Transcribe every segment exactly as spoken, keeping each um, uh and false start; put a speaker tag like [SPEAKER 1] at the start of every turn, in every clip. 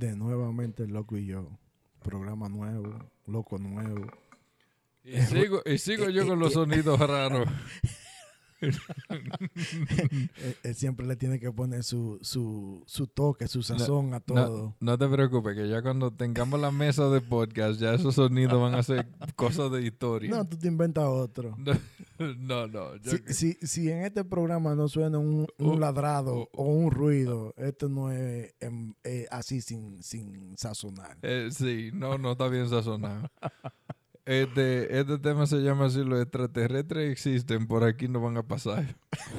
[SPEAKER 1] de nuevamente Loco y yo. Programa nuevo, Loco nuevo.
[SPEAKER 2] Y sigo, y sigo yo con los sonidos raros.
[SPEAKER 1] él, él siempre le tiene que poner su, su, su toque, su sazón
[SPEAKER 2] no,
[SPEAKER 1] a todo.
[SPEAKER 2] No, no te preocupes, que ya cuando tengamos la mesa de podcast, ya esos sonidos van a ser cosas de historia.
[SPEAKER 1] No, tú te inventas otro.
[SPEAKER 2] No, no. no yo
[SPEAKER 1] si,
[SPEAKER 2] que...
[SPEAKER 1] si, si en este programa no suena un, un
[SPEAKER 2] Uh,
[SPEAKER 1] ladrado
[SPEAKER 2] uh,
[SPEAKER 1] o un ruido, esto no es em, eh, así sin, sin sazonar.
[SPEAKER 2] Eh, sí, no, no está bien sazonado. Este, este tema se llama así: los extraterrestres existen, por aquí no van a pasar.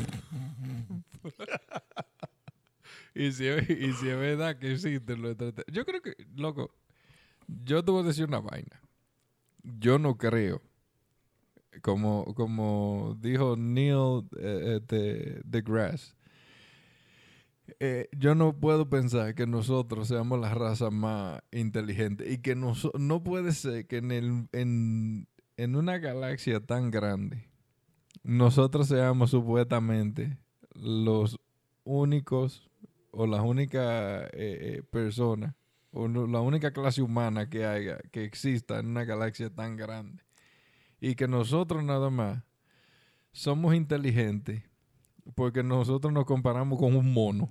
[SPEAKER 2] y, si, y si es verdad que existen los extraterrestres. Yo creo que, loco, yo te voy a decir una vaina. Yo no creo, como, como dijo Neil eh, este, deGrasse, eh, yo no puedo pensar que nosotros seamos la raza más inteligente y que nos, no puede ser que en, el, en, en una galaxia tan grande nosotros seamos supuestamente los únicos o las únicas eh, eh, personas o no, la única clase humana que haya, que exista en una galaxia tan grande y que nosotros nada más somos inteligentes porque nosotros nos comparamos con un mono.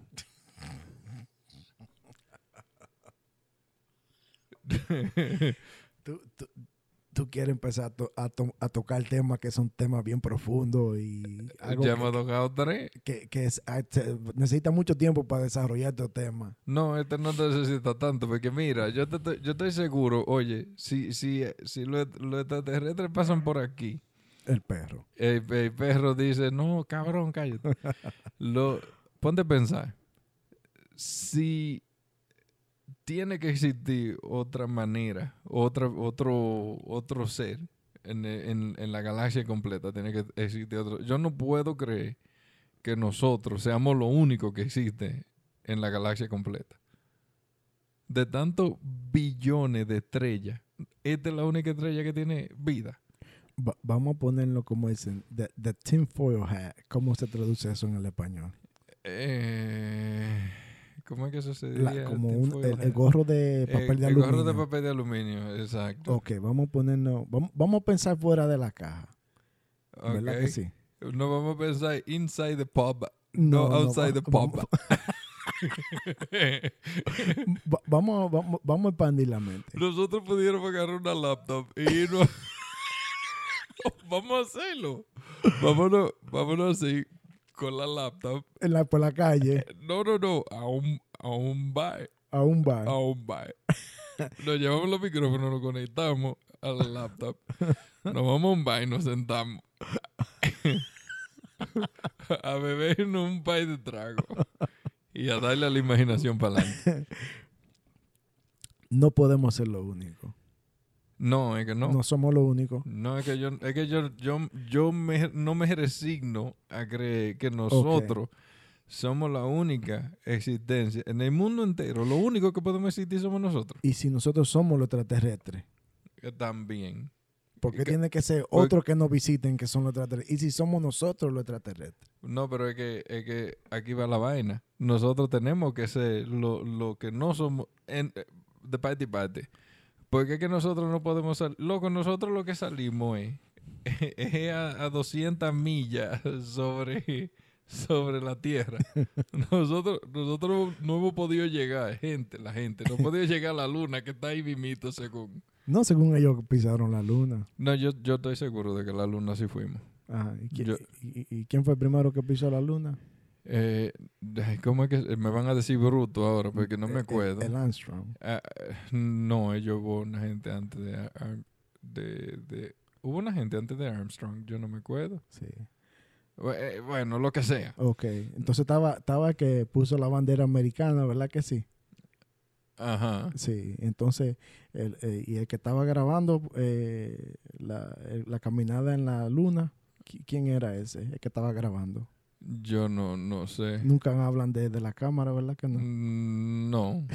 [SPEAKER 1] tú, tú, tú quieres empezar a, to, a, to, a tocar temas que son temas bien profundos y algo
[SPEAKER 2] ya
[SPEAKER 1] que,
[SPEAKER 2] hemos tocado tres.
[SPEAKER 1] Que, que es, necesita mucho tiempo para desarrollar estos temas.
[SPEAKER 2] No, este no te necesita tanto, porque mira, yo, te, yo estoy seguro, oye, si, si, si los, los extraterrestres pasan por aquí,
[SPEAKER 1] el perro.
[SPEAKER 2] El, el perro dice, no, cabrón, cállate. Lo, ponte a pensar, si tiene que existir otra manera, otra, otro, otro ser en, en, en la galaxia completa, tiene que existir otro. Yo no puedo creer que nosotros seamos lo único que existe en la galaxia completa. De tantos billones de estrellas, esta es la única estrella que tiene vida.
[SPEAKER 1] Va, vamos a ponerlo como dicen, the, the tinfoil hat. ¿Cómo se traduce eso en el español?
[SPEAKER 2] Eh, ¿Cómo es que eso se diría?
[SPEAKER 1] La, como un, el, el gorro de papel
[SPEAKER 2] eh,
[SPEAKER 1] de
[SPEAKER 2] el
[SPEAKER 1] aluminio.
[SPEAKER 2] El gorro de papel de aluminio, exacto.
[SPEAKER 1] Ok, vamos a ponernos, vamos, vamos a pensar fuera de la caja.
[SPEAKER 2] Okay.
[SPEAKER 1] ¿Verdad que sí?
[SPEAKER 2] No vamos a pensar inside the pub, no, no outside no, the pub.
[SPEAKER 1] Vamos, Va, vamos, vamos, vamos a expandir la mente.
[SPEAKER 2] Nosotros pudiéramos agarrar una laptop y no... vamos a hacerlo. Vámonos, vámonos así con la laptop.
[SPEAKER 1] En la, por la calle.
[SPEAKER 2] No, no, no. A un, a un bar.
[SPEAKER 1] A un bar.
[SPEAKER 2] A un bar. Nos llevamos los micrófonos, nos conectamos a la laptop. Nos vamos a un bar y nos sentamos. A beber en un par de trago. Y a darle a la imaginación para adelante.
[SPEAKER 1] No podemos ser lo único.
[SPEAKER 2] No, es que no.
[SPEAKER 1] No somos lo único.
[SPEAKER 2] No, es que yo, es que yo, yo, yo me, no me resigno a creer que nosotros okay. somos la única existencia en el mundo entero. Lo único que podemos existir somos nosotros.
[SPEAKER 1] Y si nosotros somos los extraterrestres.
[SPEAKER 2] Que también.
[SPEAKER 1] ¿Por qué tiene que ser otro que nos visiten que son los extraterrestres? Y si somos nosotros los extraterrestres.
[SPEAKER 2] No, pero es que, es que aquí va la vaina. Nosotros tenemos que ser lo, lo que no somos en, de parte y parte. Porque es que nosotros no podemos salir. Loco, nosotros lo que salimos es, es a, a doscientas millas sobre, sobre la Tierra. Nosotros, nosotros no hemos podido llegar, gente, la gente, no hemos podido llegar a la Luna, que está ahí mismito según.
[SPEAKER 1] No, según ellos pisaron la Luna.
[SPEAKER 2] No, yo, yo estoy seguro de que la Luna sí fuimos.
[SPEAKER 1] Ajá. ¿Y, quién,
[SPEAKER 2] yo,
[SPEAKER 1] y, ¿Y quién fue el primero que pisó la Luna?
[SPEAKER 2] Eh, ¿Cómo es que me van a decir bruto ahora? Porque no me acuerdo.
[SPEAKER 1] El, el Armstrong.
[SPEAKER 2] Uh, no, ellos hubo una gente antes de, uh, de, de... Hubo una gente antes de Armstrong, yo no me acuerdo.
[SPEAKER 1] Sí.
[SPEAKER 2] Bueno, lo que sea.
[SPEAKER 1] Ok, entonces estaba, estaba que puso la bandera americana, ¿verdad que sí?
[SPEAKER 2] Ajá.
[SPEAKER 1] Sí, entonces, el, eh, y el que estaba grabando eh, la, el, la caminada en la luna, ¿quién era ese? El que estaba grabando.
[SPEAKER 2] Yo no, no sé.
[SPEAKER 1] Nunca hablan de, de la cámara, ¿verdad que no?
[SPEAKER 2] Mm, no.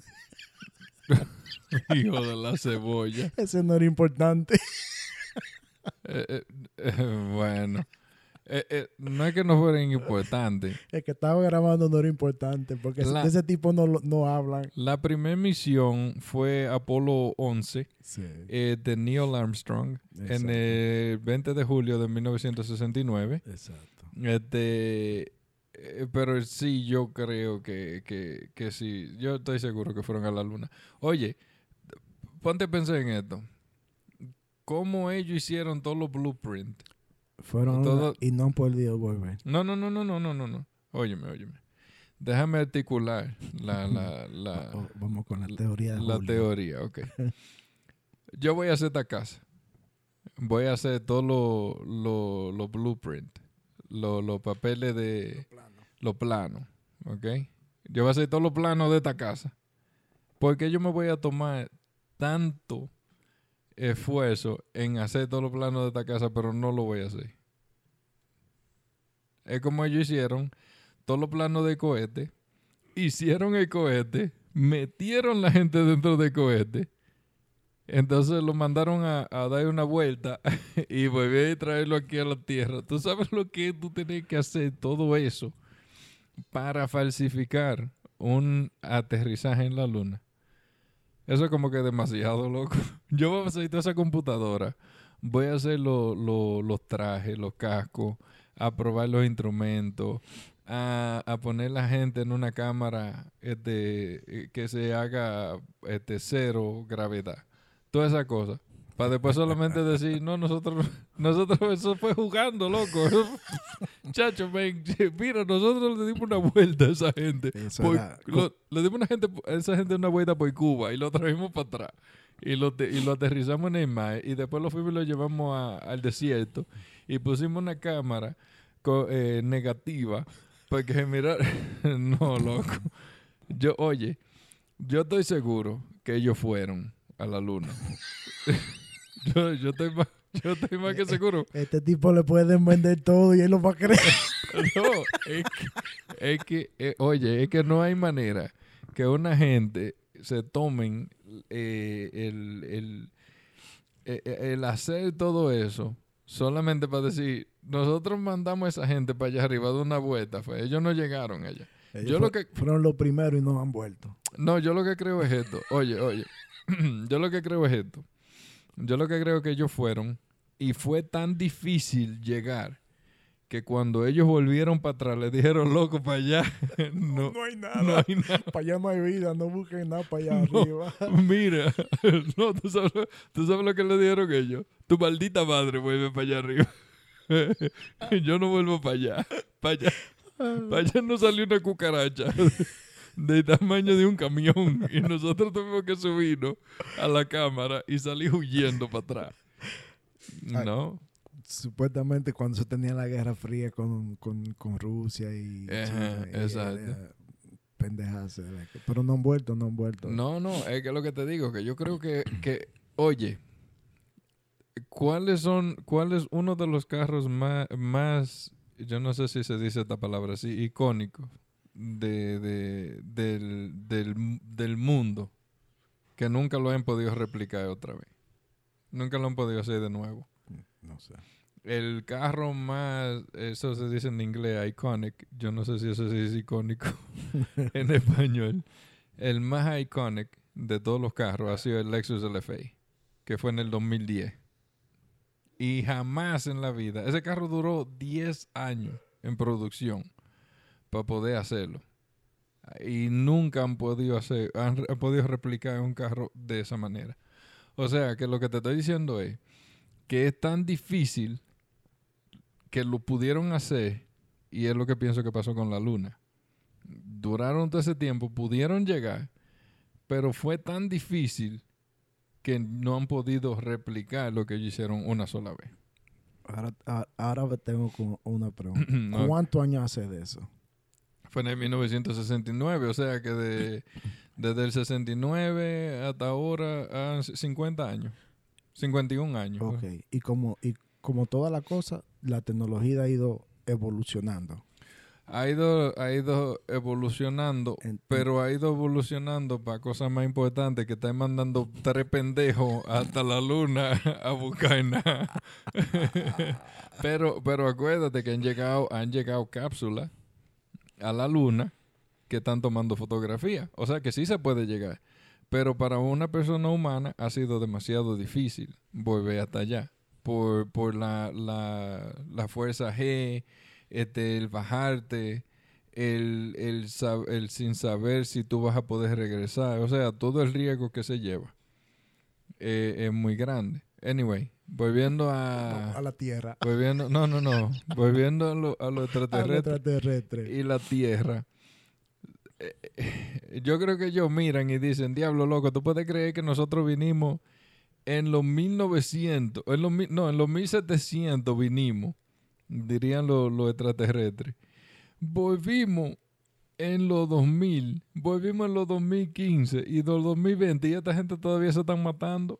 [SPEAKER 2] Hijo de la cebolla.
[SPEAKER 1] Ese no era importante.
[SPEAKER 2] eh, eh, eh, bueno. eh, eh, no es que no fueran importantes.
[SPEAKER 1] El que estaba grabando no era importante porque
[SPEAKER 2] La-
[SPEAKER 1] de ese tipo no, lo- no hablan.
[SPEAKER 2] La primera misión fue Apolo once
[SPEAKER 1] Sí,
[SPEAKER 2] eh, de Neil Armstrong en
[SPEAKER 1] Exacto.
[SPEAKER 2] el veinte de julio de mil novecientos sesenta y nueve.
[SPEAKER 1] exacto.
[SPEAKER 2] Este, eh, pero sí, yo creo que, que, que sí. Yo estoy seguro que fueron a la luna. Oye, ponte a pensar en esto. ¿Cómo ellos hicieron todos los blueprints?
[SPEAKER 1] Fueron
[SPEAKER 2] Todo-
[SPEAKER 1] una- y no han podido volver.
[SPEAKER 2] No, no, no, no, no, no, no, no. Óyeme, óyeme. Déjame articular la, la, la,
[SPEAKER 1] O- o vamos con la teoría de
[SPEAKER 2] la
[SPEAKER 1] Julio.
[SPEAKER 2] teoría, ok. Yo voy a hacer esta casa. Voy a hacer todos los lo, lo blueprints, los los papeles de los planos, ¿ok? Yo voy a hacer todos los planos de esta casa. Porque yo me voy a tomar tanto esfuerzo en hacer todos los planos de esta casa, pero no lo voy a hacer. Es como ellos hicieron todos los planos de cohete, hicieron el cohete, metieron la gente dentro del cohete, entonces lo mandaron a, a dar una vuelta y volver a traerlo aquí a la Tierra. ¿Tú sabes lo que tú tienes que hacer todo eso para falsificar un aterrizaje en la Luna? Eso es como que demasiado, loco. Yo voy a hacer toda esa computadora, voy a hacer lo- lo- los trajes, los cascos, a probar los instrumentos, a, a poner la gente en una cámara este, eh, que se haga este, cero gravedad. Todas esas cosas. Para después solamente decir, no, nosotros, nosotros, eso fue jugando, loco. Chacho, men, mira, nosotros le dimos una vuelta a esa gente.
[SPEAKER 1] Eso
[SPEAKER 2] Por-
[SPEAKER 1] era-
[SPEAKER 2] lo- le dimos una gente, a esa gente una vuelta por Cuba y lo trajimos para atrás. Y lo, te- y lo aterrizamos en el mar. Y después lo fuimos y lo llevamos a- al desierto. Y pusimos una cámara co- eh, negativa. Porque mirar, no, loco. Yo, oye, yo estoy seguro que ellos fueron a la luna. yo, yo estoy más, yo estoy más que seguro.
[SPEAKER 1] Este tipo le pueden vender todo y él lo va a creer.
[SPEAKER 2] No, es que, es que eh, oye, es que no hay manera que una gente se tomen eh, el, el, eh, eh, el hacer todo eso solamente para decir, nosotros mandamos a esa gente para allá arriba de una vuelta. Fue. Ellos no llegaron allá.
[SPEAKER 1] Ellos
[SPEAKER 2] Yo
[SPEAKER 1] fue-
[SPEAKER 2] lo que-
[SPEAKER 1] fueron los primeros y no han vuelto.
[SPEAKER 2] No, yo lo que creo es esto. Oye, oye. Yo lo que creo es esto. Yo lo que creo que ellos fueron y fue tan difícil llegar que cuando ellos volvieron para atrás le dijeron, loco, para allá no,
[SPEAKER 1] hay nada.
[SPEAKER 2] no hay nada.
[SPEAKER 1] Para allá no hay vida, no busquen nada para allá
[SPEAKER 2] No.
[SPEAKER 1] arriba.
[SPEAKER 2] Mira, no, ¿tú sabes, lo- tú sabes lo que le dijeron ellos. Tu maldita madre vuelve para allá arriba. Yo no vuelvo para allá. Para allá, para allá no salió una cucaracha de tamaño de un camión y nosotros tuvimos que subirnos a la cámara y salir huyendo para atrás.
[SPEAKER 1] Ay.
[SPEAKER 2] No.
[SPEAKER 1] Supuestamente cuando se tenía la Guerra Fría con, con, con Rusia y
[SPEAKER 2] Ajá,
[SPEAKER 1] China, y
[SPEAKER 2] exacto.
[SPEAKER 1] era pendejadas, era que- pero no han vuelto, no han vuelto.
[SPEAKER 2] No, no, es que lo que te digo, que yo creo que, que oye, ¿cuáles son, cuál es uno de los carros más, más, yo no sé si se dice esta palabra así, icónicos de, de, del, del, del mundo, que nunca lo han podido replicar otra vez? Nunca lo han podido hacer de nuevo.
[SPEAKER 1] No sé.
[SPEAKER 2] El carro más, eso se dice en inglés, iconic. Yo no sé si eso sí es icónico en español. El más iconic de todos los carros ha sido el Lexus L F A, que fue en el dos mil diez. Y jamás en la vida, ese carro duró diez años en producción para poder hacerlo. Y nunca han podido hacer, han, han podido replicar un carro de esa manera. O sea, que lo que te estoy diciendo es que es tan difícil que lo pudieron hacer, y es lo que pienso que pasó con la luna. Duraron todo ese tiempo, pudieron llegar, pero fue tan difícil que no han podido replicar lo que ellos hicieron una sola vez.
[SPEAKER 1] Ahora, a- ahora tengo como una pregunta.
[SPEAKER 2] No,
[SPEAKER 1] ¿Cuántos años hace de eso?
[SPEAKER 2] fue en el mil novecientos sesenta y nueve, o sea que de, desde el sesenta y nueve hasta ahora han cincuenta años. cincuenta y un años.
[SPEAKER 1] Ok.
[SPEAKER 2] pues.
[SPEAKER 1] Y como, y como toda la cosa, la tecnología ha ido evolucionando.
[SPEAKER 2] ha ido, ha ido evolucionando,
[SPEAKER 1] En-
[SPEAKER 2] pero ha ido evolucionando para cosas más importantes, que están mandando tres pendejos hasta la luna a buscar nada. pero, pero acuérdate que han llegado, han llegado cápsulas a la luna que están tomando fotografías. O sea que sí se puede llegar. Pero para una persona humana ha sido demasiado difícil volver hasta allá. Por, por la, la, la fuerza G, este, el bajarte, el, el, sab- el sin saber si tú vas a poder regresar. O sea, todo el riesgo que se lleva eh, es muy grande. Anyway, volviendo a...
[SPEAKER 1] a la Tierra.
[SPEAKER 2] Volviendo, no, no, no. Volviendo a lo, a lo
[SPEAKER 1] A
[SPEAKER 2] extraterrestre
[SPEAKER 1] los extraterrestres.
[SPEAKER 2] y la Tierra. eh, eh, Yo creo que ellos miran y dicen, diablo loco, ¿tú puedes creer que nosotros vinimos en los mil novecientos, en los, mil- no, en los mil setecientos vinimos, dirían los, los extraterrestres? Volvimos en los dos mil, volvimos en los dos mil quince y los dos mil veinte y esta gente todavía se están matando.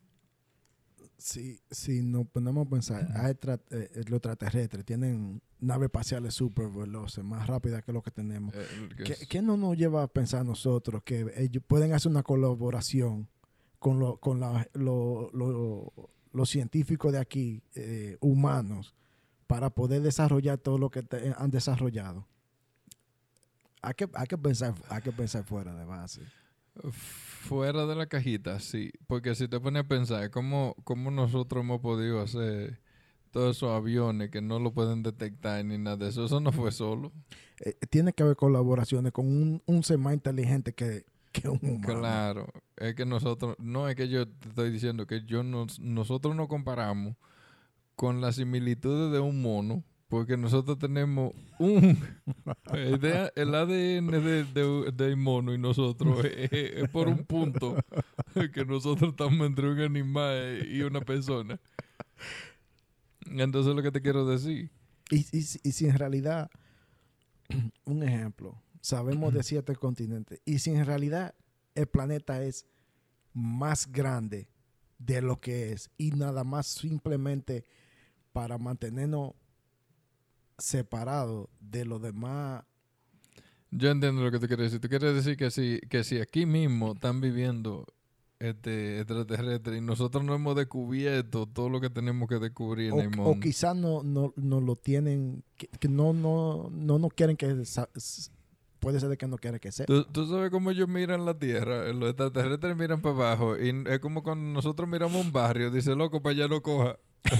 [SPEAKER 1] Si, si nos ponemos a pensar, hay extra- eh, los extraterrestres tienen naves espaciales súper veloces, más rápidas que lo que tenemos.
[SPEAKER 2] Eh, que
[SPEAKER 1] ¿Qué,
[SPEAKER 2] es-
[SPEAKER 1] qué no nos lleva a pensar nosotros que ellos pueden hacer una colaboración con, lo, con la- lo- lo- los científicos de aquí, eh, humanos, para poder desarrollar todo lo que te- han desarrollado? Hay que, hay que pensar, hay que pensar fuera de base.
[SPEAKER 2] Fuera de la cajita, sí. Porque si te pones a pensar, ¿cómo, cómo nosotros hemos podido hacer todos esos aviones que no lo pueden detectar ni nada de eso? Eso no fue solo.
[SPEAKER 1] Eh, tiene que haber colaboraciones con un, un ser más inteligente que, que un humano.
[SPEAKER 2] Claro, es que nosotros, no es que yo te estoy diciendo que yo nos, nosotros nos comparamos con las similitudes de un mono, porque nosotros tenemos un el, de- el A D N de- de- del mono y nosotros es, es- es por un punto que nosotros estamos entre un animal y una persona. Entonces lo que te quiero decir,
[SPEAKER 1] Y, y, si- y si en realidad, un ejemplo, sabemos de siete continentes, y si en realidad el planeta es más grande de lo que es, y nada más simplemente para mantenernos separados de los demás,
[SPEAKER 2] yo entiendo lo que tú quieres decir. Tú quieres decir que si, que si aquí mismo están viviendo este extraterrestres y nosotros no hemos descubierto todo lo que tenemos que descubrir en
[SPEAKER 1] o,
[SPEAKER 2] el
[SPEAKER 1] o
[SPEAKER 2] mundo.
[SPEAKER 1] quizás no, no, no lo tienen, que, que no, no, no, no quieren que, sa- s- puede ser de que no quieren que sea.
[SPEAKER 2] ¿Tú, tú sabes cómo ellos miran la Tierra. Los extraterrestres miran para abajo. Y n- es como cuando nosotros miramos un barrio. Dice, loco, para allá no coja.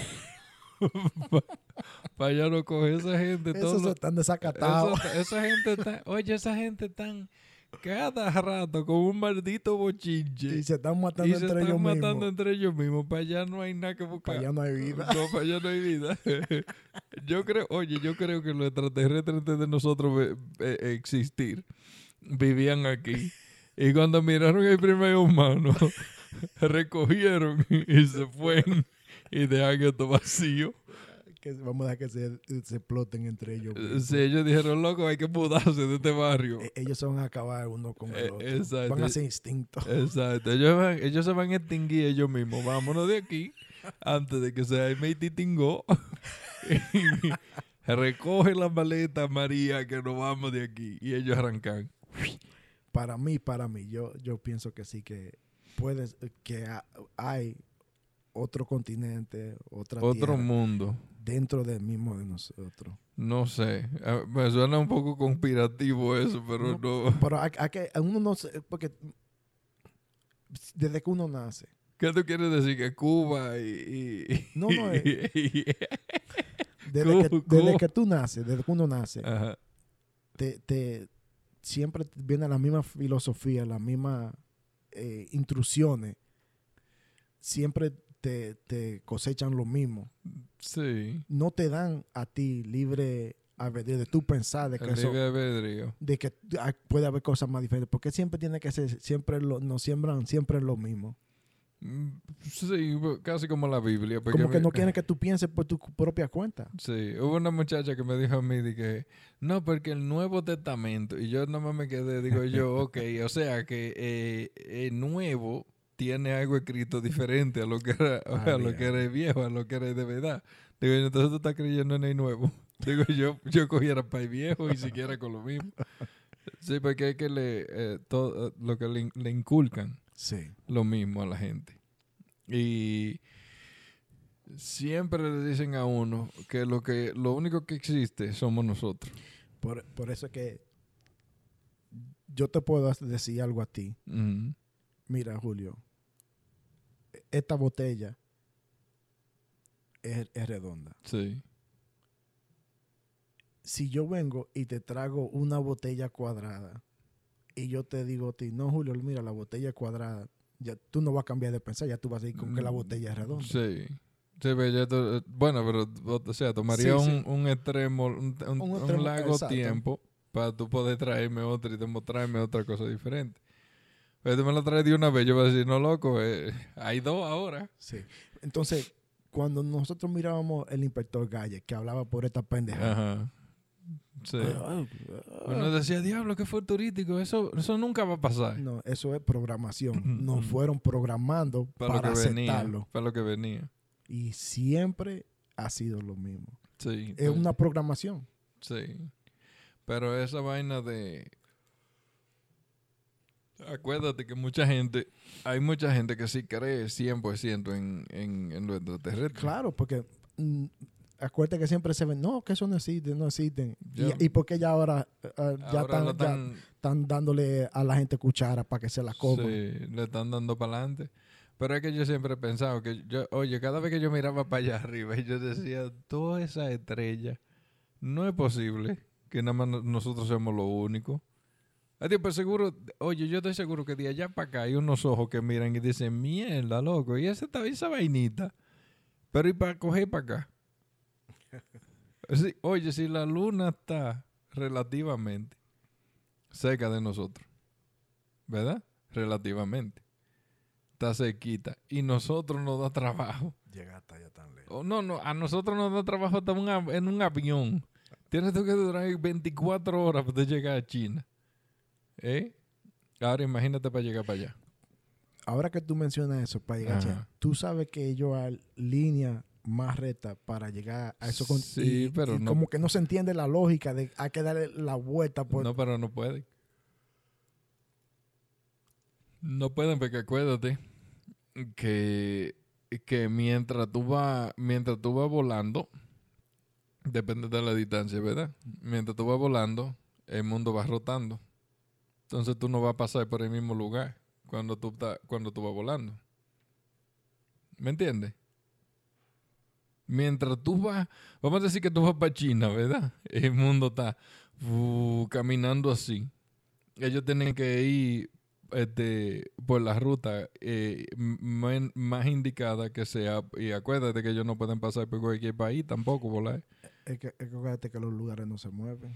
[SPEAKER 2] Para allá no coge. Esa gente, todo
[SPEAKER 1] Esos
[SPEAKER 2] lo-
[SPEAKER 1] están desacatados.
[SPEAKER 2] esa, esa gente está... Oye, esa gente están cada rato con un maldito bochinche.
[SPEAKER 1] Y se están
[SPEAKER 2] Y
[SPEAKER 1] matando
[SPEAKER 2] se
[SPEAKER 1] entre
[SPEAKER 2] están
[SPEAKER 1] ellos
[SPEAKER 2] matando
[SPEAKER 1] mismos.
[SPEAKER 2] entre ellos mismos. Para allá no hay nada que buscar.
[SPEAKER 1] Para allá no hay vida.
[SPEAKER 2] No, para allá no hay vida. Yo creo, oye, yo creo que los extraterrestres antes de nosotros ve- eh, existir vivían aquí. Y cuando miraron el primer humano, recogieron y se fueron y dejaron esto vacío.
[SPEAKER 1] Que vamos a dejar que se, se exploten entre ellos mismos.
[SPEAKER 2] Si ellos dijeron, loco, hay que mudarse de este barrio.
[SPEAKER 1] E- ellos se van a acabar uno con el
[SPEAKER 2] Eh,
[SPEAKER 1] otro.
[SPEAKER 2] exacto.
[SPEAKER 1] Van a ser instintos.
[SPEAKER 2] Exacto. Ellos, van- ellos se van a extinguir ellos mismos. Vámonos de aquí antes de que se me titingó. Recoge la maleta, María, que nos vamos de aquí. Y ellos arrancan.
[SPEAKER 1] Para mí, para mí, yo, yo pienso que sí que puedes, que ha- hay otro continente, otra
[SPEAKER 2] Otro
[SPEAKER 1] tierra
[SPEAKER 2] mundo.
[SPEAKER 1] dentro del mismo de nosotros.
[SPEAKER 2] No sé. Ah, me suena un poco conspirativo eso, pero no.
[SPEAKER 1] Pero hay, hay que, uno no se, porque desde que uno nace,
[SPEAKER 2] ¿Qué tú quieres decir? Que Cuba y... y-
[SPEAKER 1] No, no,
[SPEAKER 2] y- y-
[SPEAKER 1] desde, que,
[SPEAKER 2] Cu-
[SPEAKER 1] desde
[SPEAKER 2] cu-
[SPEAKER 1] que tú naces, desde que uno nace,
[SPEAKER 2] Ajá.
[SPEAKER 1] te, te siempre viene la misma filosofía, las mismas eh, instrucciones, siempre te, te cosechan lo mismo.
[SPEAKER 2] Sí.
[SPEAKER 1] No te dan a ti libre albedrío de tú pensar de que
[SPEAKER 2] El
[SPEAKER 1] eso,
[SPEAKER 2] libre albedrío.
[SPEAKER 1] de que hay- puede haber cosas más diferentes, porque siempre tiene que ser, siempre lo, nos siembran siempre lo mismo.
[SPEAKER 2] Mm, Sí, casi como la Biblia. porque
[SPEAKER 1] Como que
[SPEAKER 2] me-
[SPEAKER 1] no quieren que tú pienses por tu propia cuenta.
[SPEAKER 2] Sí, hubo una muchacha que me dijo a mí de que no, porque el Nuevo Testamento, y yo nomás me quedé, digo yo, ok, o sea que eh, el nuevo tiene algo escrito diferente a lo que era,
[SPEAKER 1] Ah,
[SPEAKER 2] a lo
[SPEAKER 1] bien.
[SPEAKER 2] que era el viejo, a lo que era de verdad. Digo, entonces tú estás creyendo en el nuevo. Digo, yo, yo cogiera pay viejo y siquiera con lo mismo. Sí, porque es que le, eh, todo, lo que le, le inculcan
[SPEAKER 1] Sí.
[SPEAKER 2] lo mismo a la gente. Y siempre le dicen a uno que lo que lo único que existe somos nosotros.
[SPEAKER 1] Por, por eso es que yo te puedo decir algo a ti.
[SPEAKER 2] Uh-huh.
[SPEAKER 1] Mira, Julio, esta botella es, es redonda.
[SPEAKER 2] Sí.
[SPEAKER 1] Si yo vengo y te trago una botella cuadrada y yo te digo a ti, no, Julio, mira, la botella es cuadrada, ya tú no vas a cambiar de pensar, ya tú vas a decir con que la botella es redonda.
[SPEAKER 2] Sí. Sí, pero ya tú- bueno, pero, o sea, tomaría
[SPEAKER 1] Sí,
[SPEAKER 2] un,
[SPEAKER 1] sí.
[SPEAKER 2] un extremo, un, un-
[SPEAKER 1] Un
[SPEAKER 2] un
[SPEAKER 1] extremo,
[SPEAKER 2] largo
[SPEAKER 1] exacto.
[SPEAKER 2] tiempo para tú poder traerme otra y demostrarme otra cosa diferente. Pero tú me la traes de una vez, yo voy a decir, no, loco, eh, hay dos ahora.
[SPEAKER 1] Sí. Entonces, cuando nosotros mirábamos el inspector Galle, que hablaba por esta pendejada,
[SPEAKER 2] Ajá. Sí.
[SPEAKER 1] ah,
[SPEAKER 2] Uno decía, diablo, que fue turístico. Eso, eso nunca va a pasar.
[SPEAKER 1] no, eso es programación. Nos fueron programando
[SPEAKER 2] Para,
[SPEAKER 1] para,
[SPEAKER 2] lo que venía.
[SPEAKER 1] aceptarlo.
[SPEAKER 2] Para lo que venía.
[SPEAKER 1] Y siempre ha sido lo mismo.
[SPEAKER 2] Sí.
[SPEAKER 1] Es una programación.
[SPEAKER 2] Sí. Pero esa vaina de... Acuérdate que mucha gente... Hay mucha gente que sí cree cien por ciento en, en, en lo extraterrestre.
[SPEAKER 1] Claro, porque mm, acuérdate que siempre se ven, no, que eso no existe, no existen.
[SPEAKER 2] Ya.
[SPEAKER 1] Y, y porque ya ahora, uh, ya,
[SPEAKER 2] Ahora
[SPEAKER 1] están,
[SPEAKER 2] lo
[SPEAKER 1] ya
[SPEAKER 2] están...
[SPEAKER 1] están dándole a la gente cuchara para que se la coman.
[SPEAKER 2] Sí, le están dando para adelante. Pero es que yo siempre he pensado que yo... Oye, cada vez que yo miraba para allá arriba y yo decía, toda esa estrella, no es posible que nada más no- nosotros seamos lo único. Adiós, pues seguro, oye, yo estoy seguro que de allá para acá hay unos ojos que miran y dicen, mierda, loco, y esa, esa vainita. Pero y para coger para acá. Sí, oye, si la luna está relativamente cerca de nosotros, ¿verdad? Relativamente. Está cerquita. Y nosotros nos da trabajo.
[SPEAKER 1] Llegar hasta allá tan lejos.
[SPEAKER 2] Oh, no, no, a nosotros nos da trabajo hasta un av- en un avión. Tienes tú que durar veinticuatro horas para llegar a China. ¿Eh? Ahora imagínate para llegar para allá.
[SPEAKER 1] Ahora que tú mencionas eso, para llegar a
[SPEAKER 2] Ajá.
[SPEAKER 1] China, tú sabes que ellos hay línea más recta para llegar a eso. Con,
[SPEAKER 2] Sí,
[SPEAKER 1] y,
[SPEAKER 2] pero
[SPEAKER 1] y
[SPEAKER 2] no-
[SPEAKER 1] como que no se entiende la lógica de hay que darle la vuelta. Por,
[SPEAKER 2] No, pero no pueden. No pueden porque acuérdate que, que mientras tú vas mientras tú vas volando, depende de la distancia, ¿verdad? Mientras tú vas volando, el mundo va rotando. Entonces tú no vas a pasar por el mismo lugar cuando tú, ta- cuando tú vas volando. ¿Me entiendes? Mientras tú vas, vamos a decir que tú vas para China, ¿verdad? El mundo está uh, caminando así. Ellos tienen que ir este, por la ruta eh, m- más indicada que sea. Y acuérdate que ellos no pueden pasar por cualquier país tampoco, volar.
[SPEAKER 1] es, que, es que acuérdate que los lugares no se mueven.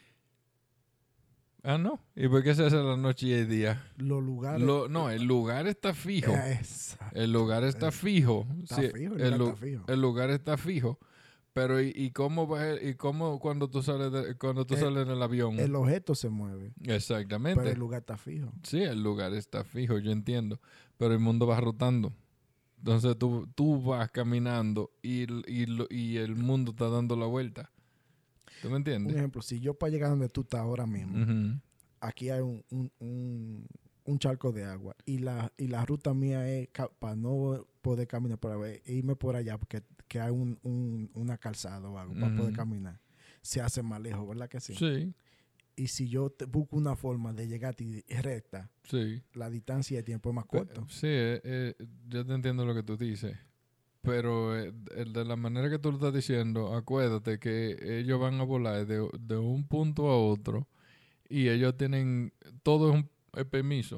[SPEAKER 2] Ah, no. ¿Y por qué se hace la noche y el día?
[SPEAKER 1] Los lugares.
[SPEAKER 2] Lo- no, el lugar está fijo.
[SPEAKER 1] Exacto.
[SPEAKER 2] El lugar está fijo.
[SPEAKER 1] Está
[SPEAKER 2] Sí,
[SPEAKER 1] fijo, el
[SPEAKER 2] el,
[SPEAKER 1] lugar
[SPEAKER 2] lu-
[SPEAKER 1] está fijo.
[SPEAKER 2] el lugar está fijo. Pero ¿y, y cómo va- y cómo cuando tú sales de- cuando tú
[SPEAKER 1] El-
[SPEAKER 2] sales en el avión?
[SPEAKER 1] El objeto se mueve,
[SPEAKER 2] Exactamente.
[SPEAKER 1] pero el lugar está fijo.
[SPEAKER 2] Sí, el lugar está fijo, yo entiendo. Pero el mundo va rotando. Entonces tú, tú vas caminando y, el- y, lo- y el mundo está dando la vuelta. ¿Tú me
[SPEAKER 1] Un
[SPEAKER 2] entiendes?
[SPEAKER 1] ejemplo, si yo para llegar donde tú estás ahora mismo,
[SPEAKER 2] Ujú.
[SPEAKER 1] aquí hay un, un, un, un charco de agua y la, y la ruta mía es ca- para no poder caminar por ahí, e irme por allá porque que hay un, un, una calzada o algo para
[SPEAKER 2] Ujú.
[SPEAKER 1] poder caminar. Se hace más lejos, ¿verdad que sí?
[SPEAKER 2] Sí,
[SPEAKER 1] Y si yo te busco una forma de llegar a ti recta,
[SPEAKER 2] sí.
[SPEAKER 1] la distancia de tiempo es más
[SPEAKER 2] Pe-
[SPEAKER 1] corta.
[SPEAKER 2] Sí, eh, eh, yo te entiendo lo que tú dices. Pero eh, el de la manera que tú lo estás diciendo, acuérdate que ellos van a volar de, de un punto a otro y ellos tienen, todo es un es permiso.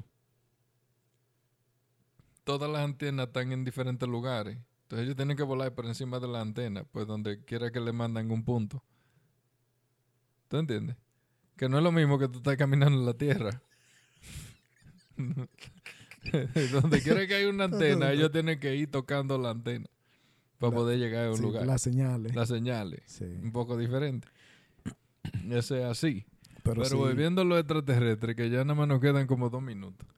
[SPEAKER 2] Todas las antenas están en diferentes lugares. Entonces ellos tienen que volar por encima de la antena, pues donde quiera que le mandan un punto. ¿Tú entiendes? Que no es lo mismo que tú estás caminando en la tierra. Donde quiera que haya una antena, ellos tienen que ir tocando la antena para
[SPEAKER 1] La-
[SPEAKER 2] poder llegar a un
[SPEAKER 1] Sí,
[SPEAKER 2] lugar.
[SPEAKER 1] las señales.
[SPEAKER 2] Las señales,
[SPEAKER 1] Sí.
[SPEAKER 2] un poco diferente. Ese es así.
[SPEAKER 1] Pero,
[SPEAKER 2] Pero
[SPEAKER 1] sí,
[SPEAKER 2] volviendo a lo extraterrestre, que ya nada más nos quedan como dos minutos.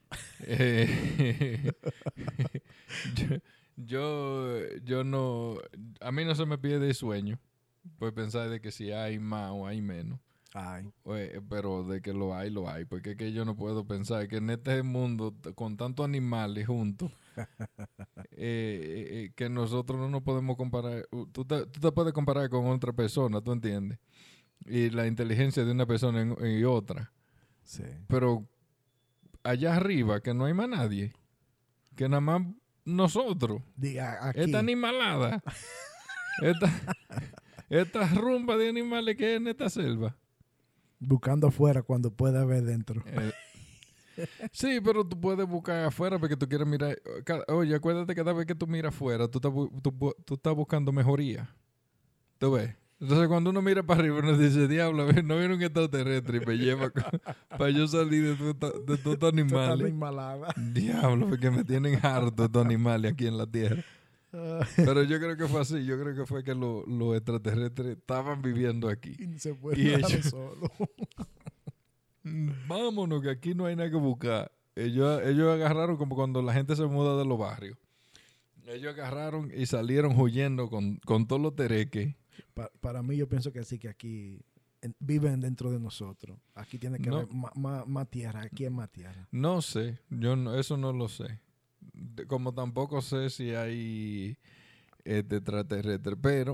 [SPEAKER 2] Eh, yo, yo, yo no... A mí no se me pierde el sueño. puedes pensar de que si hay más o hay menos.
[SPEAKER 1] Ay,
[SPEAKER 2] Pues, pero de que lo hay, lo hay. Porque es que yo no puedo pensar que en este mundo, t- con tantos animales juntos, eh, eh, eh, que nosotros no nos podemos comparar. uh, Tú te, tú te puedes comparar con otra persona, ¿tú entiendes? Y la inteligencia de una persona en- y otra.
[SPEAKER 1] sí.
[SPEAKER 2] Pero allá arriba, que no hay más nadie. Que nada más nosotros.
[SPEAKER 1] Diga, aquí,
[SPEAKER 2] Esta animalada. esta, esta rumba de animales que hay en esta selva.
[SPEAKER 1] buscando afuera cuando puede haber dentro.
[SPEAKER 2] Eh, sí, pero tú puedes buscar afuera porque tú quieres mirar. ca- Oye, acuérdate que cada vez que tú miras afuera, tú estás, bu- tú, bu- tú estás buscando mejoría. ¿Tú ves? Entonces, cuando uno mira para arriba, uno dice, diablo, ve, no viene un extraterrestre y me lleva co- para yo salir de todos estos de todos estos
[SPEAKER 1] Tú estás
[SPEAKER 2] animales.
[SPEAKER 1] animalada.
[SPEAKER 2] Diablo, porque me tienen harto estos animales aquí en la Tierra. Pero yo creo que fue así. Yo creo que fue que lo- los extraterrestres estaban viviendo aquí.
[SPEAKER 1] Y se puede
[SPEAKER 2] Y
[SPEAKER 1] dejar
[SPEAKER 2] ellos-
[SPEAKER 1] solo.
[SPEAKER 2] Mm, Vámonos, que aquí no hay nada que buscar. Ellos, ellos agarraron como cuando la gente se muda de los barrios. Ellos agarraron y salieron huyendo con, con todos los tereques.
[SPEAKER 1] Pa- para mí, yo pienso que sí, que aquí en- viven dentro de nosotros. Aquí tiene que
[SPEAKER 2] No.
[SPEAKER 1] haber ma- ma- más tierra. Aquí es más tierra.
[SPEAKER 2] No sé, yo no- eso no lo sé. De- como tampoco sé si hay este extraterrestre, pero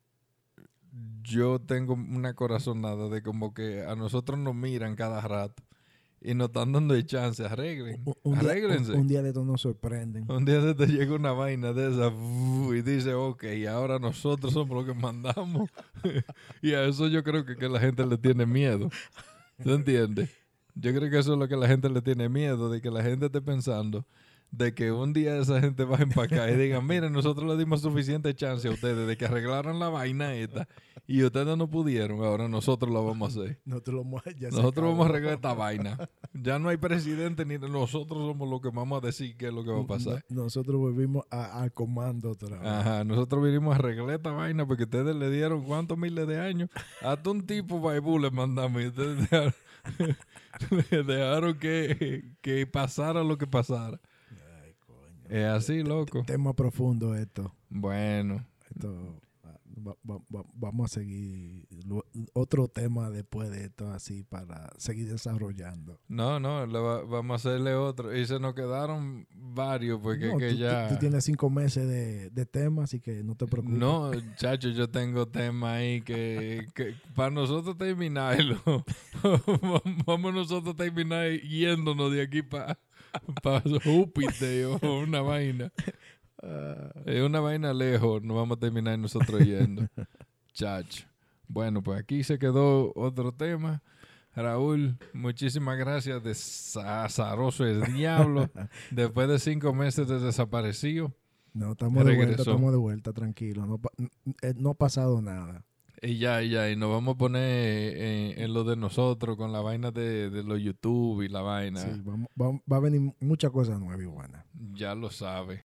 [SPEAKER 2] yo tengo una corazonada de como que a nosotros nos miran cada rato y nos están dando el chance, arreglen,
[SPEAKER 1] Un, un día,
[SPEAKER 2] arréglense.
[SPEAKER 1] un- un día de estos nos sorprenden.
[SPEAKER 2] Un día se te llega una vaina de esa ¡fu! Y dice, ok, ahora nosotros somos los que mandamos. Y a eso yo creo que, que la gente le tiene miedo. ¿Tú entiendes? Yo creo que eso es lo que la gente le tiene miedo, de que la gente esté pensando de que un día esa gente va a empacar y digan, miren, nosotros le dimos suficiente chance a ustedes de que arreglaran la vaina esta y ustedes no pudieron, ahora nosotros la vamos a hacer.
[SPEAKER 1] Nosotros, lo mo- ya se
[SPEAKER 2] Nosotros
[SPEAKER 1] acabó.
[SPEAKER 2] vamos a arreglar esta vaina. Ya no hay presidente ni nosotros somos los que vamos a decir qué es lo que va a pasar.
[SPEAKER 1] No- nosotros volvimos a- al comando otra vez.
[SPEAKER 2] Ajá, nosotros vinimos a arreglar esta vaina porque ustedes le dieron cuántos miles de años. Hasta un tipo baibú le mandamos y ustedes dejaron, le dejaron que, que pasara lo que pasara.
[SPEAKER 1] Ay, coño.
[SPEAKER 2] Es así, loco.
[SPEAKER 1] Tema profundo esto.
[SPEAKER 2] Bueno,
[SPEAKER 1] Esto ah, va- va- va- vamos a seguir lo- otro tema después de esto así para seguir desarrollando.
[SPEAKER 2] no, no, le va- vamos a hacerle otro. Y se nos quedaron varios porque
[SPEAKER 1] No,
[SPEAKER 2] que
[SPEAKER 1] tú, tú-
[SPEAKER 2] ya...
[SPEAKER 1] tú tienes cinco meses de, de tema, así que no te preocupes.
[SPEAKER 2] No, chacho, yo tengo tema ahí que, que para nosotros terminarlo, vamos nosotros a terminar yéndonos de aquí para pa Júpiter o una vaina.
[SPEAKER 1] Ah,
[SPEAKER 2] Es una vaina lejos, nos vamos a terminar nosotros yendo. Chacho. Bueno, pues aquí se quedó otro tema. Raúl, muchísimas gracias de sa- azaroso el diablo. Después de cinco meses de desaparecido.
[SPEAKER 1] no, estamos de vuelta,
[SPEAKER 2] Regresó.
[SPEAKER 1] estamos de vuelta, tranquilo. No, pa- n- eh, no ha pasado nada.
[SPEAKER 2] Y ya, y ya, y nos vamos a poner en, en lo de nosotros con la vaina de, de los YouTube y la vaina.
[SPEAKER 1] Sí, vamos- va, va a venir muchas cosas nuevas y buenas.
[SPEAKER 2] Ya lo sabe.